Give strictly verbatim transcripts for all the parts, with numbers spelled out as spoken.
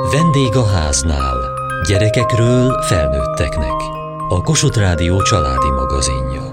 Vendég a háznál. Gyerekekről felnőtteknek. A Kossuth Rádió családi magazinja.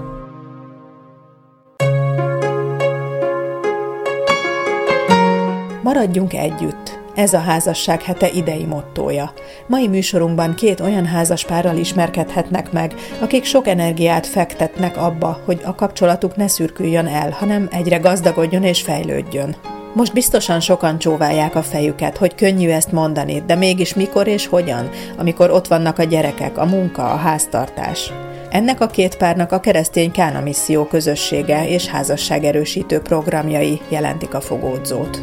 Maradjunk együtt. Ez a házasság hete idei mottója. Mai műsorunkban két olyan házaspárral ismerkedhetnek meg, akik sok energiát fektetnek abba, hogy a kapcsolatuk ne szürküljön el, hanem egyre gazdagodjon és fejlődjön. Most biztosan sokan csóválják a fejüket, hogy könnyű ezt mondani, de mégis mikor és hogyan, amikor ott vannak a gyerekek, a munka, a háztartás. Ennek a két párnak a keresztény Kána Misszió közössége és házasságerősítő programjai jelentik a fogódzót.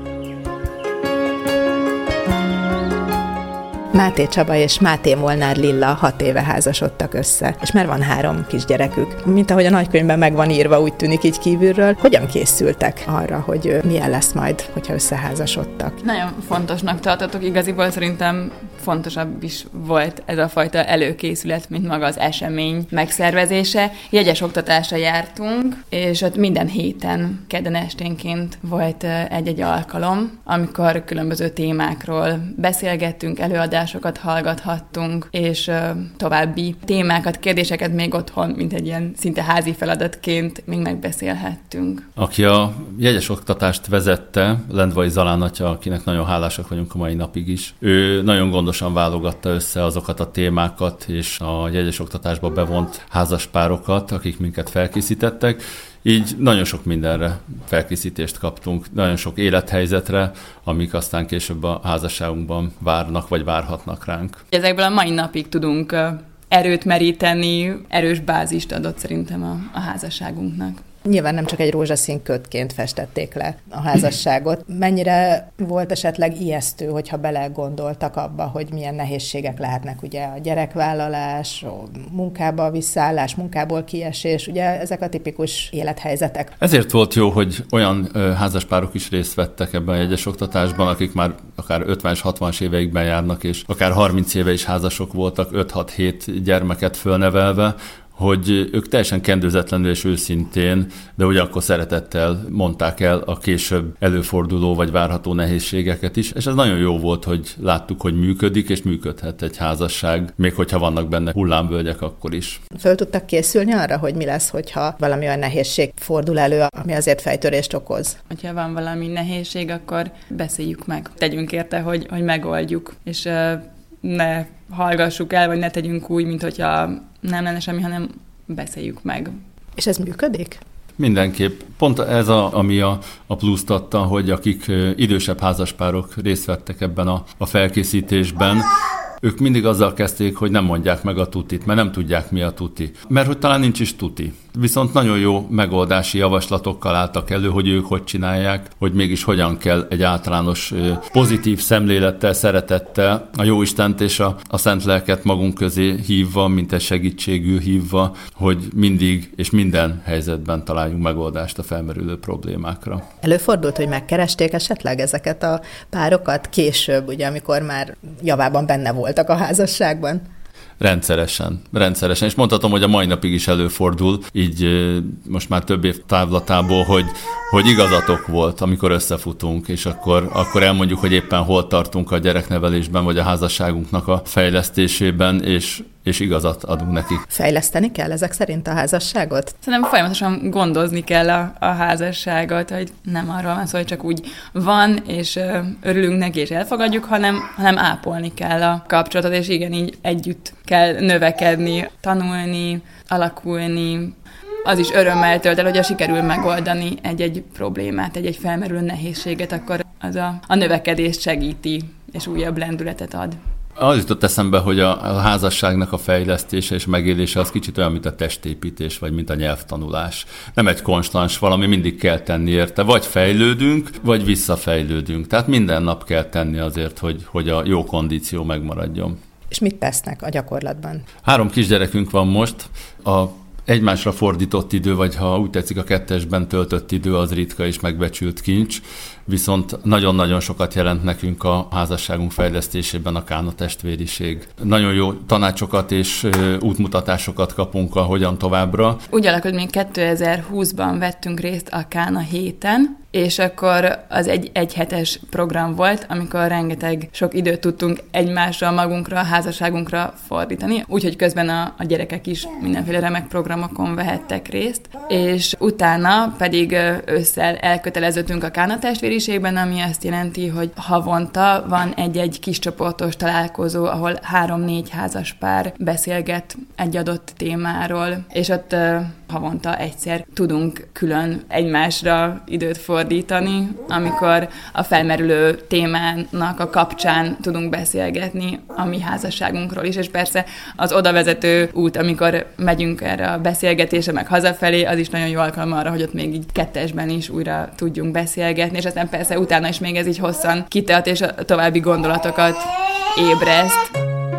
Máté Csaba és Máté Molnár Lilla hat éve házasodtak össze, és már van három kisgyerekük. Mint ahogy a nagykönyvben meg van írva, úgy tűnik így kívülről. Hogyan készültek arra, hogy milyen lesz majd, hogyha összeházasodtak? Nagyon fontosnak tartottuk, igaziból szerintem fontosabb is volt ez a fajta előkészület, mint maga az esemény megszervezése. Jegyes oktatásra jártunk, és ott minden héten, kedden esténként volt egy-egy alkalom, amikor különböző témákról beszélgettünk, előadásokat hallgathattunk, és további témákat, kérdéseket még otthon, mint egy ilyen szinte házi feladatként még megbeszélhettünk. Aki a jegyes oktatást vezette, Lendvai Zalán atya, akinek nagyon hálásak vagyunk a mai napig is, ő nagyon gondosan válogatta össze azokat a témákat és a jegyes oktatásba bevont házaspárokat, akik minket felkészítettek. Így nagyon sok mindenre felkészítést kaptunk, nagyon sok élethelyzetre, amik aztán később a házasságunkban várnak, vagy várhatnak ránk. Ezekből a mai napig tudunk erőt meríteni, erős bázist adott szerintem a, a házasságunknak. Nyilván nem csak egy rózsaszín kötként festették le a házasságot. Mennyire volt esetleg ijesztő, hogyha belegondoltak abba, hogy milyen nehézségek lehetnek, ugye a gyerekvállalás, a munkába visszaállás, munkából kiesés, ugye ezek a tipikus élethelyzetek. Ezért volt jó, hogy olyan ö, házaspárok is részt vettek ebben a jegyes oktatásban, akik már akár ötvenes, hatvanas éveikben járnak, és akár harminc éve is házasok voltak, öt-hat-hét gyermeket fölnevelve, hogy ők teljesen kendőzetlenül és őszintén, de ugyanakkor szeretettel mondták el a később előforduló vagy várható nehézségeket is, és ez nagyon jó volt, hogy láttuk, hogy működik, és működhet egy házasság, még hogyha vannak benne hullámvölgyek akkor is. Föl tudtak készülni arra, hogy mi lesz, hogyha valami olyan nehézség fordul elő, ami azért fejtörést okoz? Hogyha van valami nehézség, akkor beszéljük meg. Tegyünk érte, hogy, hogy megoldjuk, és uh, ne hallgassuk el, vagy ne tegyünk úgy, mint hogyha nem lenne semmi, hanem beszéljük meg. És ez működik? Mindenképp. Pont ez, a, ami a, a pluszt adta, hogy akik idősebb házaspárok részt vettek ebben a, a felkészítésben, ők mindig azzal kezdték, hogy nem mondják meg a tutit, mert nem tudják, mi a tuti. Mert hogy talán nincs is tuti. Viszont nagyon jó megoldási javaslatokkal álltak elő, hogy ők hogy csinálják, hogy mégis hogyan kell egy általános pozitív szemlélettel, szeretettel a Jóistent és a, a Szent Lelket magunk közé hívva, mint egy segítségül hívva, hogy mindig és minden helyzetben találjunk megoldást a felmerülő problémákra. Előfordult, hogy megkeresték esetleg ezeket a párokat később, ugye, amikor már javában benne voltak a házasságban? Rendszeresen, rendszeresen, és mondhatom, hogy a mai napig is előfordul, így most már több év távlatából, hogy, hogy igazatok volt, amikor összefutunk, és akkor, akkor elmondjuk, hogy éppen hol tartunk a gyereknevelésben, vagy a házasságunknak a fejlesztésében, és és igazat adunk nekik. Fejleszteni kell ezek szerint a házasságot? Szerintem folyamatosan gondozni kell a, a házasságot, hogy nem arról van szó, hogy csak úgy van, és örülünk neki, és elfogadjuk, hanem, hanem ápolni kell a kapcsolatot, és igen, így együtt kell növekedni, tanulni, alakulni. Az is örömmel tölt el, hogyha sikerül megoldani egy-egy problémát, egy-egy felmerülő nehézséget, akkor az a, a növekedést segíti, és újabb lendületet ad. Az jutott eszembe, hogy a házasságnak a fejlesztése és megélése az kicsit olyan, mint a testépítés, vagy mint a nyelvtanulás. Nem egy konstans valami, mindig kell tenni érte. Vagy fejlődünk, vagy visszafejlődünk. Tehát minden nap kell tenni azért, hogy, hogy a jó kondíció megmaradjon. És mit tesznek a gyakorlatban? Három kisgyerekünk van most. A egymásra fordított idő, vagy ha úgy tetszik, a kettesben töltött idő az ritka és megbecsült kincs, viszont nagyon-nagyon sokat jelent nekünk a házasságunk fejlesztésében a Kána testvériség. Nagyon jó tanácsokat és útmutatásokat kapunk a hogyan továbbra. Úgy alakult, hogy mi kétezer-húszban vettünk részt a Kána héten, és akkor az egy egyhetes program volt, amikor rengeteg sok időt tudtunk egymásra, magunkra, a házasságunkra fordítani, úgyhogy közben a, a gyerekek is mindenféle remek programokon vehettek részt, és utána pedig ősszel elköteleződtünk a Kána testvériségben, ami azt jelenti, hogy havonta van egy-egy kis csoportos találkozó, ahol három-négy házas pár beszélget egy adott témáról, és ott uh, havonta egyszer tudunk külön egymásra időt fordítani, amikor a felmerülő témának a kapcsán tudunk beszélgetni a mi házasságunkról is, és persze az odavezető út, amikor megyünk erre a beszélgetésre, meg hazafelé, az is nagyon jó alkalom arra, hogy ott még így kettesben is újra tudjunk beszélgetni, és aztán persze utána is még ez így hosszan kitart, és a további gondolatokat ébreszt.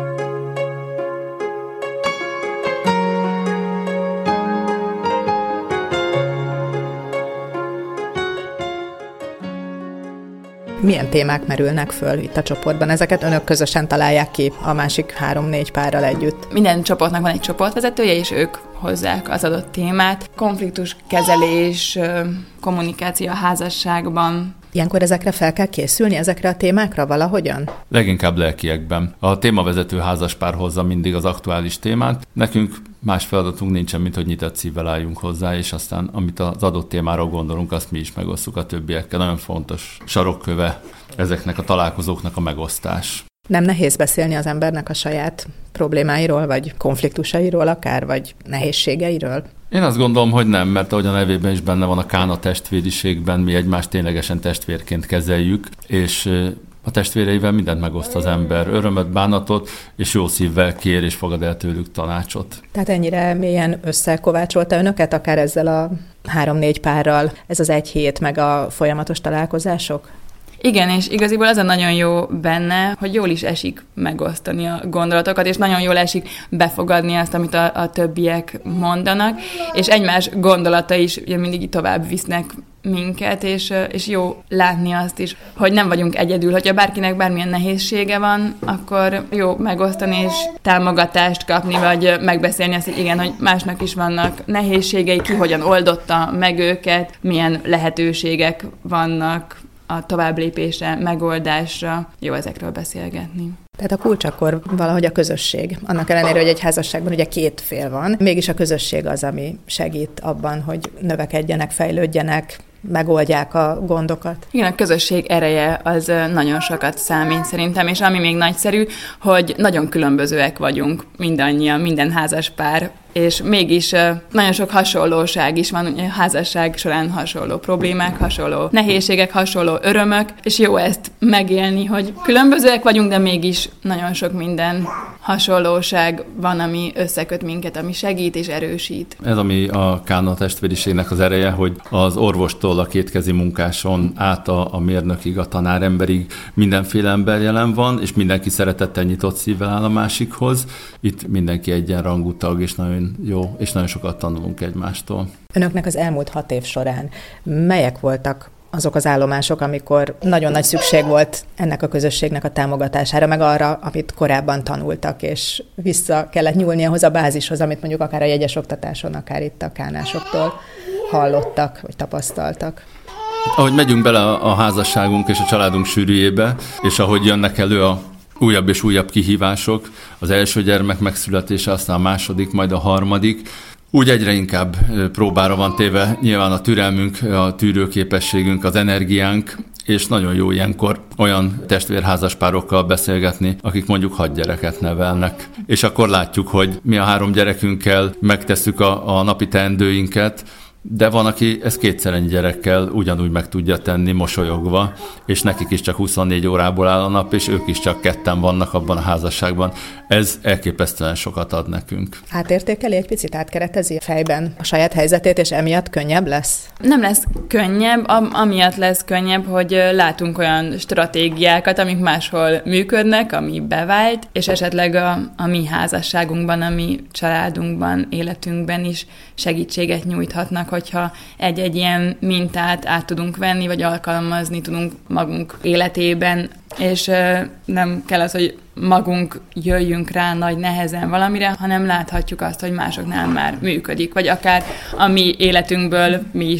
Milyen témák merülnek föl itt a csoportban? Ezeket önök közösen találják ki a másik három-négy párral együtt? Minden csoportnak van egy csoportvezetője, és ők hozzák az adott témát. Konfliktuskezelés, kommunikáció a házasságban. Ilyenkor ezekre fel kell készülni, ezekre a témákra valahogyan? Leginkább lelkiekben. A témavezető házaspár hozza mindig az aktuális témát. Nekünk más feladatunk nincsen, mint hogy nyitott szívvel álljunk hozzá, és aztán amit az adott témáról gondolunk, azt mi is megosztjuk a többiekkel. Nagyon fontos sarokköve ezeknek a találkozóknak a megosztás. Nem nehéz beszélni az embernek a saját problémáiról, vagy konfliktusairól akár, vagy nehézségeiről? Én azt gondolom, hogy nem, mert ahogy a nevében is benne van, a Kána testvériségben mi egymást ténylegesen testvérként kezeljük, és a testvéreivel mindent megoszt az ember. Örömöt, bánatot, és jó szívvel kér és fogad el tőlük tanácsot. Tehát ennyire mélyen összekovácsolta önöket, akár ezzel a három-négy párral, ez az egy hét, meg a folyamatos találkozások? Igen, és igaziból az a nagyon jó benne, hogy jól is esik megosztani a gondolatokat, és nagyon jól esik befogadni azt, amit a, a többiek mondanak, és egymás gondolata is ugye mindig tovább visznek minket, és, és jó látni azt is, hogy nem vagyunk egyedül. Hogyha bárkinek bármilyen nehézsége van, akkor jó megosztani és támogatást kapni, vagy megbeszélni azt, hogy igen, hogy másnak is vannak nehézségei, ki hogyan oldotta meg őket, milyen lehetőségek vannak a továbblépésre, megoldásra. Jó ezekről beszélgetni. Tehát a kulcs akkor valahogy a közösség. Annak ellenére, hogy egy házasságban ugye két fél van, mégis a közösség az, ami segít abban, hogy növekedjenek, fejlődjenek, megoldják a gondokat. Igen, a közösség ereje az nagyon sokat számít szerintem, és ami még nagyszerű, hogy nagyon különbözőek vagyunk mindannyian, minden házas pár, és mégis nagyon sok hasonlóság is van, a házasság során hasonló problémák, hasonló nehézségek, hasonló örömök, és jó ezt megélni, hogy különbözőek vagyunk, de mégis nagyon sok minden hasonlóság van, ami összeköt minket, ami segít és erősít. Ez, ami a Kána testvériségnek az ereje, hogy az orvostól a kétkezi munkáson át a, a mérnökig, a tanáremberig mindenféle ember jelen van, és mindenki szeretettel, nyitott szívvel áll a másikhoz. Itt mindenki egyenrangú tag, és nagyon jó, és nagyon sokat tanulunk egymástól. Önöknek az elmúlt hat év során melyek voltak azok az állomások, amikor nagyon nagy szükség volt ennek a közösségnek a támogatására, meg arra, amit korábban tanultak, és vissza kellett nyúlni ahhoz a bázishoz, amit mondjuk akár a jegyes oktatáson, akár itt a kánásoktól hallottak, vagy tapasztaltak? Ahogy megyünk bele a házasságunk és a családunk sűrűjébe, és ahogy jönnek elő a újabb és újabb kihívások, az első gyermek megszületése, aztán a második, majd a harmadik, úgy egyre inkább próbára van téve nyilván a türelmünk, a tűrőképességünk, az energiánk, és nagyon jó ilyenkor olyan testvérházaspárokkal beszélgetni, akik mondjuk hat gyereket nevelnek. És akkor látjuk, hogy mi a három gyerekünkkel megtesszük a, a napi teendőinket, de van, aki ezt kétszer ennyi gyerekkel ugyanúgy meg tudja tenni mosolyogva, és nekik is csak huszonnégy órából áll a nap, és ők is csak ketten vannak abban a házasságban. Ez elképesztően sokat ad nekünk. Átértékeli egy picit, átkeretezi fejben a saját helyzetét, és emiatt könnyebb lesz? Nem lesz könnyebb, am- amiatt lesz könnyebb, hogy látunk olyan stratégiákat, amik máshol működnek, ami bevált, és esetleg a, a mi házasságunkban, a mi családunkban, életünkben is segítséget nyújthatnak, hogyha egy-egy ilyen mintát át tudunk venni, vagy alkalmazni tudunk magunk életében, és nem kell az, hogy magunk jöjjünk rá nagy nehezen valamire, hanem láthatjuk azt, hogy másoknál már működik, vagy akár a mi életünkből mi is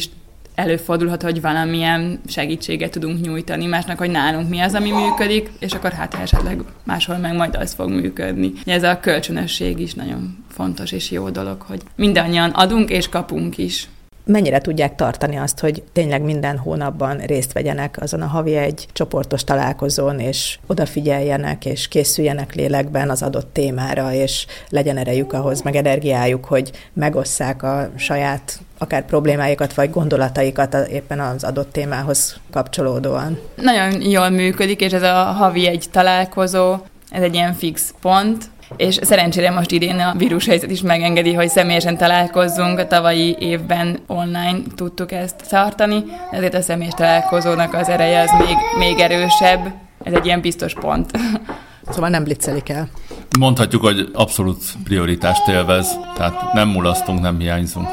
előfordulhat, hogy valamilyen segítséget tudunk nyújtani másnak, hogy nálunk mi az, ami működik, és akkor hát esetleg máshol meg majd az fog működni. Ez a kölcsönösség is nagyon fontos és jó dolog, hogy mindannyian adunk és kapunk is. Mennyire tudják tartani azt, hogy tényleg minden hónapban részt vegyenek azon a havi egy csoportos találkozón, és odafigyeljenek, és készüljenek lélekben az adott témára, és legyen erejük ahhoz, meg energiájuk, hogy megosszák a saját akár problémáikat, vagy gondolataikat éppen az adott témához kapcsolódóan? Nagyon jól működik, és ez a havi egy találkozó, ez egy ilyen fix pont, és szerencsére most idén a vírushelyzet is megengedi, hogy személyesen találkozzunk. A tavalyi évben online tudtuk ezt tartani, ezért a személyes találkozónak az ereje az még, még erősebb. Ez egy ilyen biztos pont. Szóval nem blitzelik el. Mondhatjuk, hogy abszolút prioritást élvez, tehát nem mulasztunk, nem hiányzunk.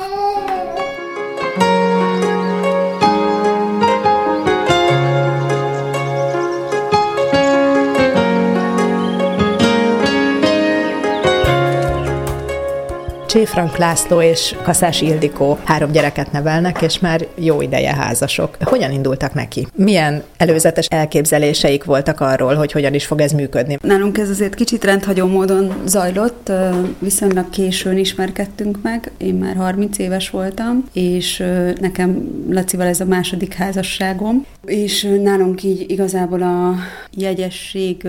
Cséfrank László és Kaszás Ildikó három gyereket nevelnek, és már jó ideje házasok. Hogyan indultak neki? Milyen előzetes elképzeléseik voltak arról, hogy hogyan is fog ez működni? Nálunk ez azért kicsit rendhagyó módon zajlott, viszonylag későn ismerkedtünk meg, én már harminc éves voltam, és nekem Lacival ez a második házasságom, és nálunk így igazából a jegyesség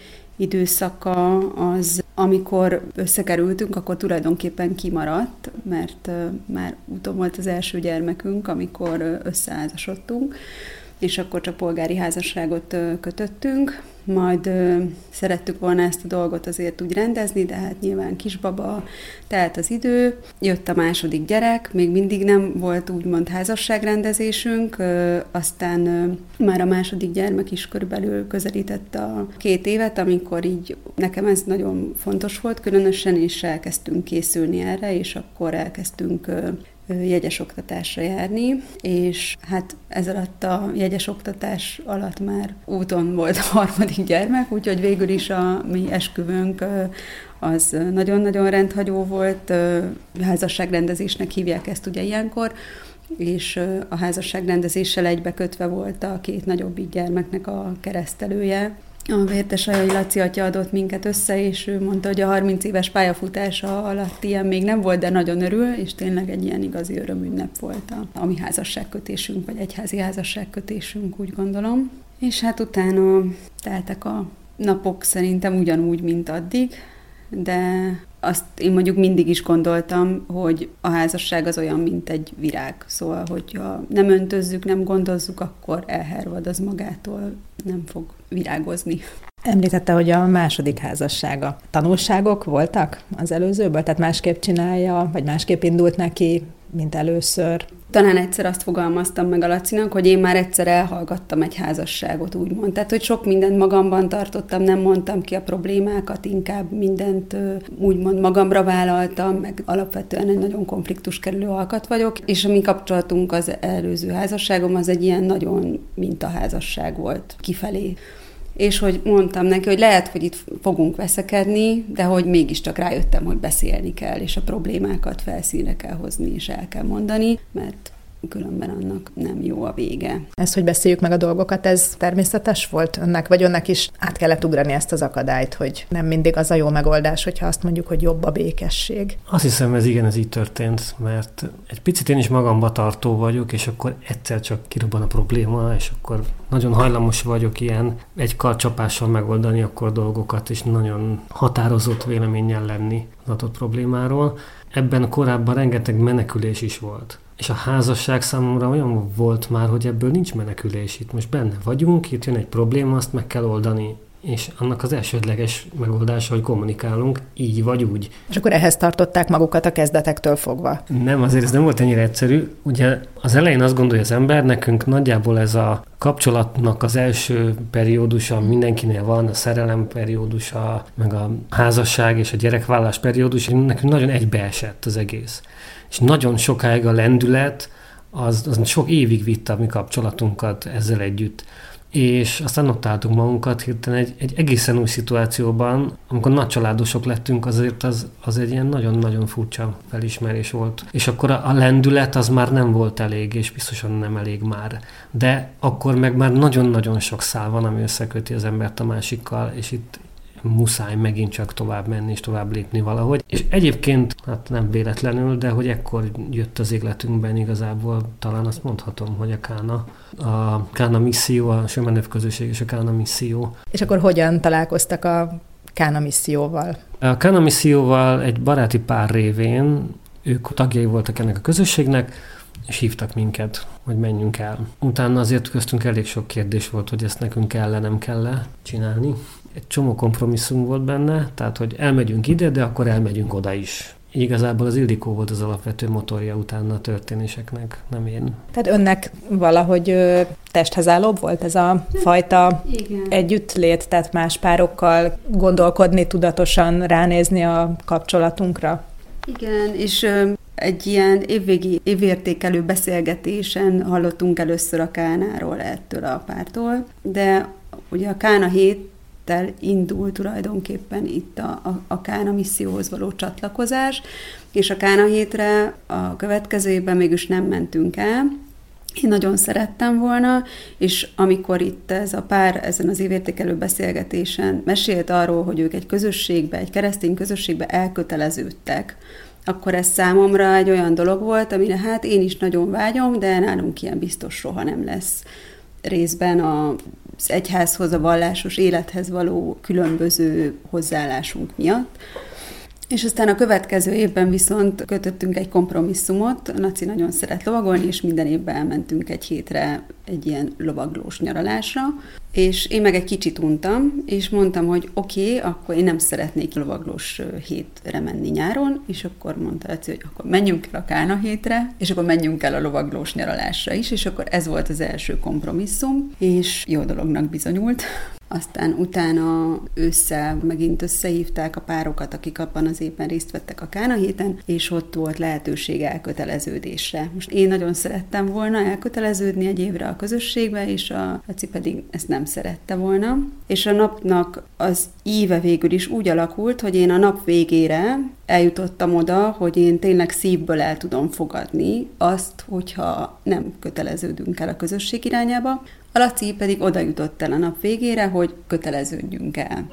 időszaka az, amikor összekerültünk, akkor tulajdonképpen kimaradt, mert már úton volt az első gyermekünk, amikor összeházasodtunk, és akkor csak polgári házasságot kötöttünk, majd szerettük volna ezt a dolgot azért úgy rendezni, de hát nyilván kisbaba, telt az idő, jött a második gyerek, még mindig nem volt úgymond házasságrendezésünk, aztán már a második gyermek is körülbelül közelített a két évet, amikor így nekem ez nagyon fontos volt különösen, és elkezdtünk készülni erre, és akkor elkezdtünk jegyes oktatásra járni, és hát ez alatt a jegyes oktatás alatt már úton volt a harmadik gyermek, úgyhogy végül is a mi esküvőnk az nagyon-nagyon rendhagyó volt, házasságrendezésnek hívják ezt ugye ilyenkor, és a házasságrendezéssel egybekötve volt a két nagyobbik gyermeknek a keresztelője. A Vértesajai Laci atya adott minket össze, és ő mondta, hogy a harminc éves pályafutása alatt ilyen még nem volt, de nagyon örül, és tényleg egy ilyen igazi örömünnep volt a, a mi házasságkötésünk, vagy egyházi házasságkötésünk, úgy gondolom. És hát utána teltek a napok szerintem ugyanúgy, mint addig, de azt én mondjuk mindig is gondoltam, hogy a házasság az olyan, mint egy virág. Szóval, hogyha nem öntözzük, nem gondozzuk, akkor elhervad az magától, nem fog virágozni. Említette, hogy a második házassága. Tanulságok voltak az előzőből? Tehát másképp csinálja, vagy másképp indult neki, mint először? Talán egyszer azt fogalmaztam meg a Lacinak, hogy én már egyszer elhallgattam egy házasságot, úgymond. Tehát, hogy sok mindent magamban tartottam, nem mondtam ki a problémákat, inkább mindent úgymond magamra vállaltam, meg alapvetően egy nagyon konfliktuskerülő alkat vagyok, és a mi kapcsolatunk az előző házasságom az egy ilyen nagyon mintaházasság volt kifelé. És hogy mondtam neki, hogy lehet, hogy itt fogunk veszekedni, de hogy mégiscsak rájöttem, hogy beszélni kell, és a problémákat felszínre kell hozni, és el kell mondani, mert különben annak nem jó a vége. Ez, hogy beszéljük meg a dolgokat, ez természetes volt önnek, vagy önnek is át kellett ugrani ezt az akadályt, hogy nem mindig az a jó megoldás, hogyha azt mondjuk, hogy jobb a békesség? Azt hiszem, ez igen, ez így történt, mert egy picit én is magamba tartó vagyok, és akkor egyszer csak kirobban a probléma, és akkor nagyon hajlamos vagyok ilyen egy karcsapással megoldani akkor dolgokat, és nagyon határozott véleménnyel lenni az adott problémáról. Ebben korábban rengeteg menekülés is volt. És a házasság számomra olyan volt már, hogy ebből nincs menekülés. Itt most benne vagyunk, itt jön egy probléma, azt meg kell oldani. És annak az elsődleges megoldása, hogy kommunikálunk, így vagy úgy. És akkor ehhez tartották magukat a kezdetektől fogva? Nem, azért ez nem volt ennyire egyszerű. Ugye az elején azt gondolja az ember, nekünk nagyjából ez a kapcsolatnak az első periódusa mindenkinél van, a szerelem periódusa, meg a házasság és a gyerekvállás periódus, és nekünk nagyon egybeesett az egész. És nagyon sokáig a lendület, az, az sok évig vitte a mi kapcsolatunkat ezzel együtt. és aztán ott álltunk magunkat hirtelen egy, egy egészen új szituációban, amikor nagycsaládosok lettünk, azért az, az egy ilyen nagyon-nagyon furcsa felismerés volt. És akkor a, a lendület az már nem volt elég, és biztosan nem elég már. De akkor meg már nagyon-nagyon sok szál van, ami összeköti az embert a másikkal, és itt muszáj megint csak tovább menni és tovább lépni valahogy. És egyébként, hát nem véletlenül, de hogy ekkor jött az életünkben igazából, talán azt mondhatom, hogy a Kána, a Kána misszió, a Sömenöv közösség és a Kána misszió. És akkor hogyan találkoztak a Kána misszióval? A Kána misszióval egy baráti pár révén, ők tagjai voltak ennek a közösségnek, és hívtak minket, hogy menjünk el. Utána azért köztünk elég sok kérdés volt, hogy ezt nekünk kell, nem kell csinálni. Egy csomó kompromisszum volt benne, tehát, hogy elmegyünk ide, de akkor elmegyünk oda is. Igazából az Ildikó volt az alapvető motorja utána a történéseknek, nem én. Tehát önnek valahogy ö, testhez állóbb volt ez a fajta Igen. együttlét, tehát más párokkal gondolkodni, tudatosan ránézni a kapcsolatunkra? Igen, és ö, egy ilyen évvégi évértékelő beszélgetésen hallottunk először a Kánáról, ettől a pártól, de ugye a Kána hét indul tulajdonképpen itt a, a, a Kána misszióhoz való csatlakozás, és a Kána hétre a következő évben mégis nem mentünk el. Én nagyon szerettem volna, és amikor itt ez a pár ezen az évértékelő beszélgetésen mesélt arról, hogy ők egy közösségbe, egy keresztény közösségbe elköteleződtek, akkor ez számomra egy olyan dolog volt, amire hát én is nagyon vágyom, de nálunk ilyen biztos soha nem lesz. Részben az egyházhoz, a vallásos élethez való különböző hozzáállásunk miatt. És aztán a következő évben viszont kötöttünk egy kompromisszumot, a Naci nagyon szeret lovagolni, és minden évben elmentünk egy hétre egy ilyen lovaglós nyaralásra, és én meg egy kicsit untam, és mondtam, hogy oké, okay, akkor én nem szeretnék lovaglós hétre menni nyáron, és akkor mondta Laci, hogy akkor menjünk el a Kána hétre, és akkor menjünk el a lovaglós nyaralásra is, és akkor ez volt az első kompromisszum, és jó dolognak bizonyult. Aztán utána ősszel megint összehívták a párokat, akik abban az évben részt vettek a Kána héten, és ott volt lehetőség elköteleződésre. Most én nagyon szerettem volna elköteleződni egy évre a közösségbe, és a Laci pedig ezt nem szerette volna. És a napnak az íve végül is úgy alakult, hogy én a nap végére eljutottam oda, hogy én tényleg szívből el tudom fogadni azt, hogyha nem köteleződünk el a közösség irányába. A Laci pedig oda jutott el a nap végére, hogy köteleződjünk el.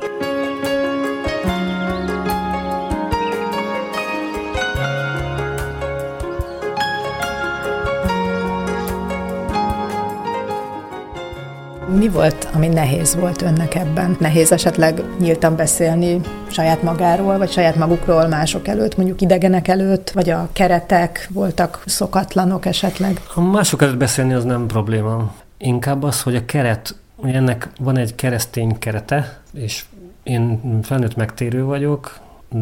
Mi volt, ami nehéz volt önnek ebben? Nehéz esetleg nyíltan beszélni saját magáról, vagy saját magukról mások előtt, mondjuk idegenek előtt, vagy a keretek voltak szokatlanok esetleg? A mások előtt beszélni az nem probléma. Inkább az, hogy a keret, hogy ennek van egy keresztény kerete, és én felnőtt megtérő vagyok,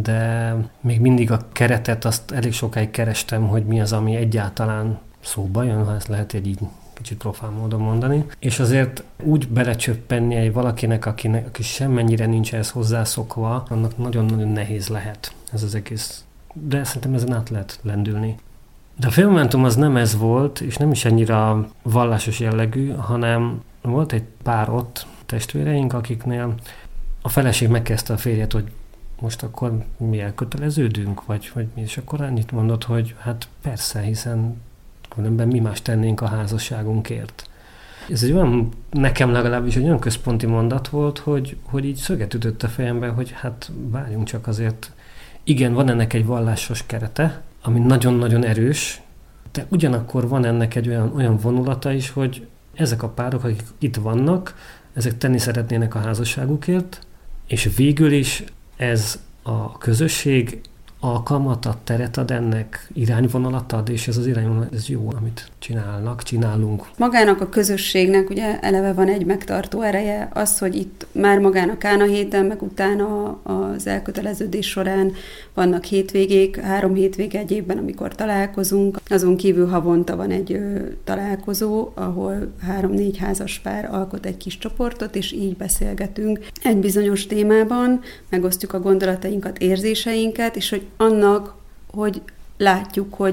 de még mindig a keretet azt elég sokáig kerestem, hogy mi az, ami egyáltalán szóba jön, ha ezt lehet egy így kicsit profán módon mondani. És azért úgy belecsöppenni egy valakinek, akinek, aki semmennyire nincs ehhez hozzászokva, annak nagyon-nagyon nehéz lehet ez az egész. De szerintem ezen át lehet lendülni. De a Félmomentum az nem ez volt, és nem is ennyire vallásos jellegű, hanem volt egy pár ott testvéreink, akiknél a feleség megkezdte a férjet, hogy most akkor mi elköteleződünk, vagy, vagy mi, és akkor annyit mondott, hogy hát persze, hiszen különben mi más tennénk a házasságunkért. Ez egy olyan, nekem legalábbis egy olyan központi mondat volt, hogy, hogy így szöget ütött a fejembe, hogy hát várjunk csak azért. Igen, van ennek egy vallásos kerete, ami nagyon-nagyon erős, de ugyanakkor van ennek egy olyan, olyan vonulata is, hogy ezek a párok, akik itt vannak, ezek tenni szeretnének a házasságukért, és végül is ez a közösség alkalmat ad, teret ad ennek, irányvonalat ad, és ez az irányvonalat, ez jó, amit csinálnak, csinálunk. Magának a közösségnek ugye eleve van egy megtartó ereje, az, hogy itt már magán a Kána héten, meg utána az elköteleződés során vannak hétvégék, három hétvége egy évben, amikor találkozunk. Azon kívül havonta van egy ö, találkozó, ahol három-négy házas pár alkot egy kis csoportot, és így beszélgetünk egy bizonyos témában, megosztjuk a gondolatainkat, érzéseinket, és hogy annak, hogy látjuk, hogy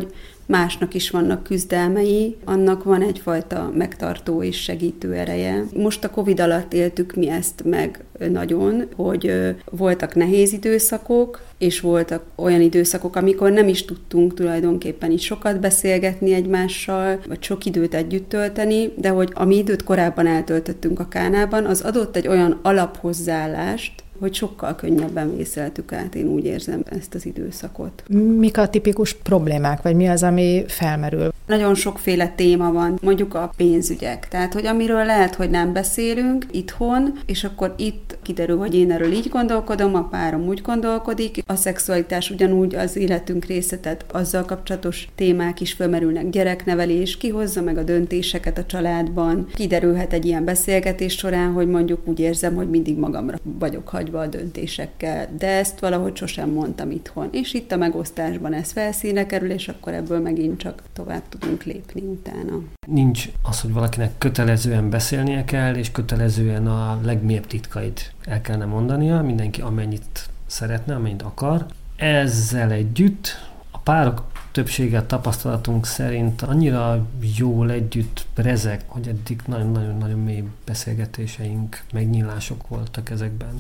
másnak is vannak küzdelmei, annak van egyfajta megtartó és segítő ereje. Most a Covid alatt éltük mi ezt meg nagyon, hogy voltak nehéz időszakok, és voltak olyan időszakok, amikor nem is tudtunk tulajdonképpen így sokat beszélgetni egymással, vagy sok időt együtt tölteni, de hogy a mi időt korábban eltöltöttünk a Kánában, az adott egy olyan alaphozzáállást, hogy sokkal könnyebben vészeltük át, én úgy érzem ezt az időszakot. Mik a tipikus problémák, vagy mi az, ami felmerül? Nagyon sokféle téma van, mondjuk a pénzügyek. Tehát, hogy amiről lehet, hogy nem beszélünk itthon, és akkor itt kiderül, hogy én erről így gondolkodom, a párom úgy gondolkodik, a szexualitás ugyanúgy az életünk része, tehát azzal kapcsolatos témák is felmerülnek, gyereknevelés, ki hozza meg a döntéseket a családban. Kiderülhet egy ilyen beszélgetés során, hogy mondjuk úgy érzem, hogy mindig magamra vagyok hagyva a döntésekkel, de ezt valahogy sosem mondtam itthon. És itt a megosztásban ez felszínre kerül, és akkor ebből megint csak tovább tudunk lépni utána. Nincs az, hogy valakinek kötelezően beszélnie kell, és kötelezően a legmélyebb titkait el kellene mondania, mindenki amennyit szeretne, amennyit akar. Ezzel együtt a párok többsége tapasztalatunk szerint annyira jól együtt rezeg, hogy eddig nagyon-nagyon mély beszélgetéseink, megnyílások voltak ezekben.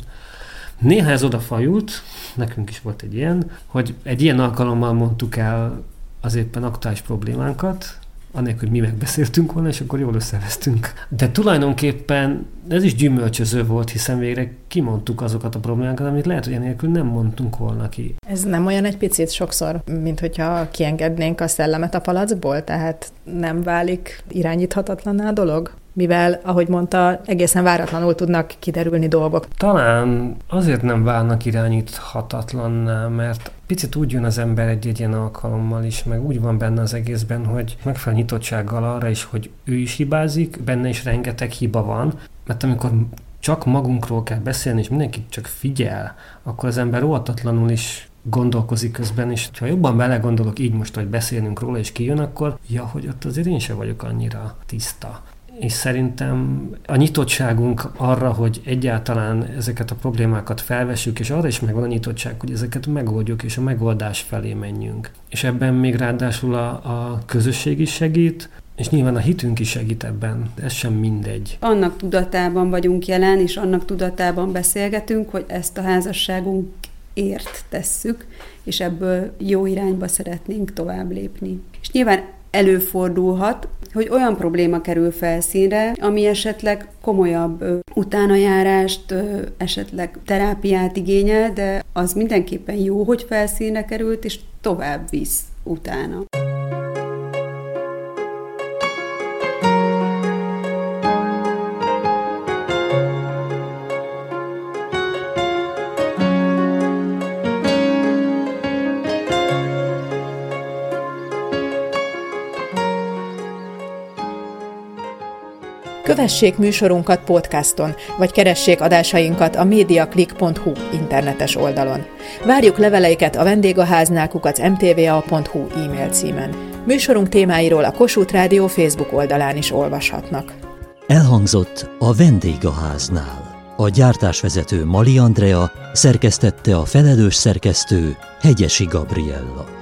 Néha ez odafajult, nekünk is volt egy ilyen, hogy egy ilyen alkalommal mondtuk el az éppen aktuális problémánkat, anélkül, hogy mi megbeszéltünk volna, és akkor jól összevesztünk. De tulajdonképpen ez is gyümölcsöző volt, hiszen végre kimondtuk azokat a problémákat, amit lehet, hogy enélkül nem mondtunk volna ki. Ez nem olyan egy picit sokszor, mint hogyha kiengednénk a szellemet a palackból, tehát nem válik irányíthatatlanná a dolog? Mivel, ahogy mondta, egészen váratlanul tudnak kiderülni dolgok. Talán azért nem válnak irányíthatatlanná, mert picit úgy jön az ember egy-egy ilyen alkalommal is, meg úgy van benne az egészben, hogy megfelelő nyitottsággal arra is, hogy ő is hibázik, benne is rengeteg hiba van, mert amikor csak magunkról kell beszélni, és mindenki csak figyel, akkor az ember óhatatlanul is gondolkozik közben, és ha jobban belegondolok így most, hogy beszélünk róla, és kijön, akkor ja, hogy ott azért én sem vagyok annyira tiszta. És szerintem a nyitottságunk arra, hogy egyáltalán ezeket a problémákat felvessük, és arra is megvan a nyitottság, hogy ezeket megoldjuk, és a megoldás felé menjünk. És ebben még ráadásul a, a közösség is segít, és nyilván a hitünk is segít ebben, de ez sem mindegy. Annak tudatában vagyunk jelen, és annak tudatában beszélgetünk, hogy ezt a házasságunkért tesszük, és ebből jó irányba szeretnénk tovább lépni. És nyilván előfordulhat, hogy olyan probléma kerül felszínre, ami esetleg komolyabb ö, utánajárást, ö, esetleg terápiát igényel, de az mindenképpen jó, hogy felszínre került, és tovább visz utána. Kövessék műsorunkat podcaston, vagy keressék adásainkat a mediaclick pont hu internetes oldalon. Várjuk leveleiket a vendégháznál kukac em té vé á pont hu e-mail címen. Műsorunk témáiról a Kossuth Rádió Facebook oldalán is olvashatnak. Elhangzott a Vendégháznál. A gyártásvezető Mali Andrea, szerkesztette a felelős szerkesztő Hegyesi Gabriella.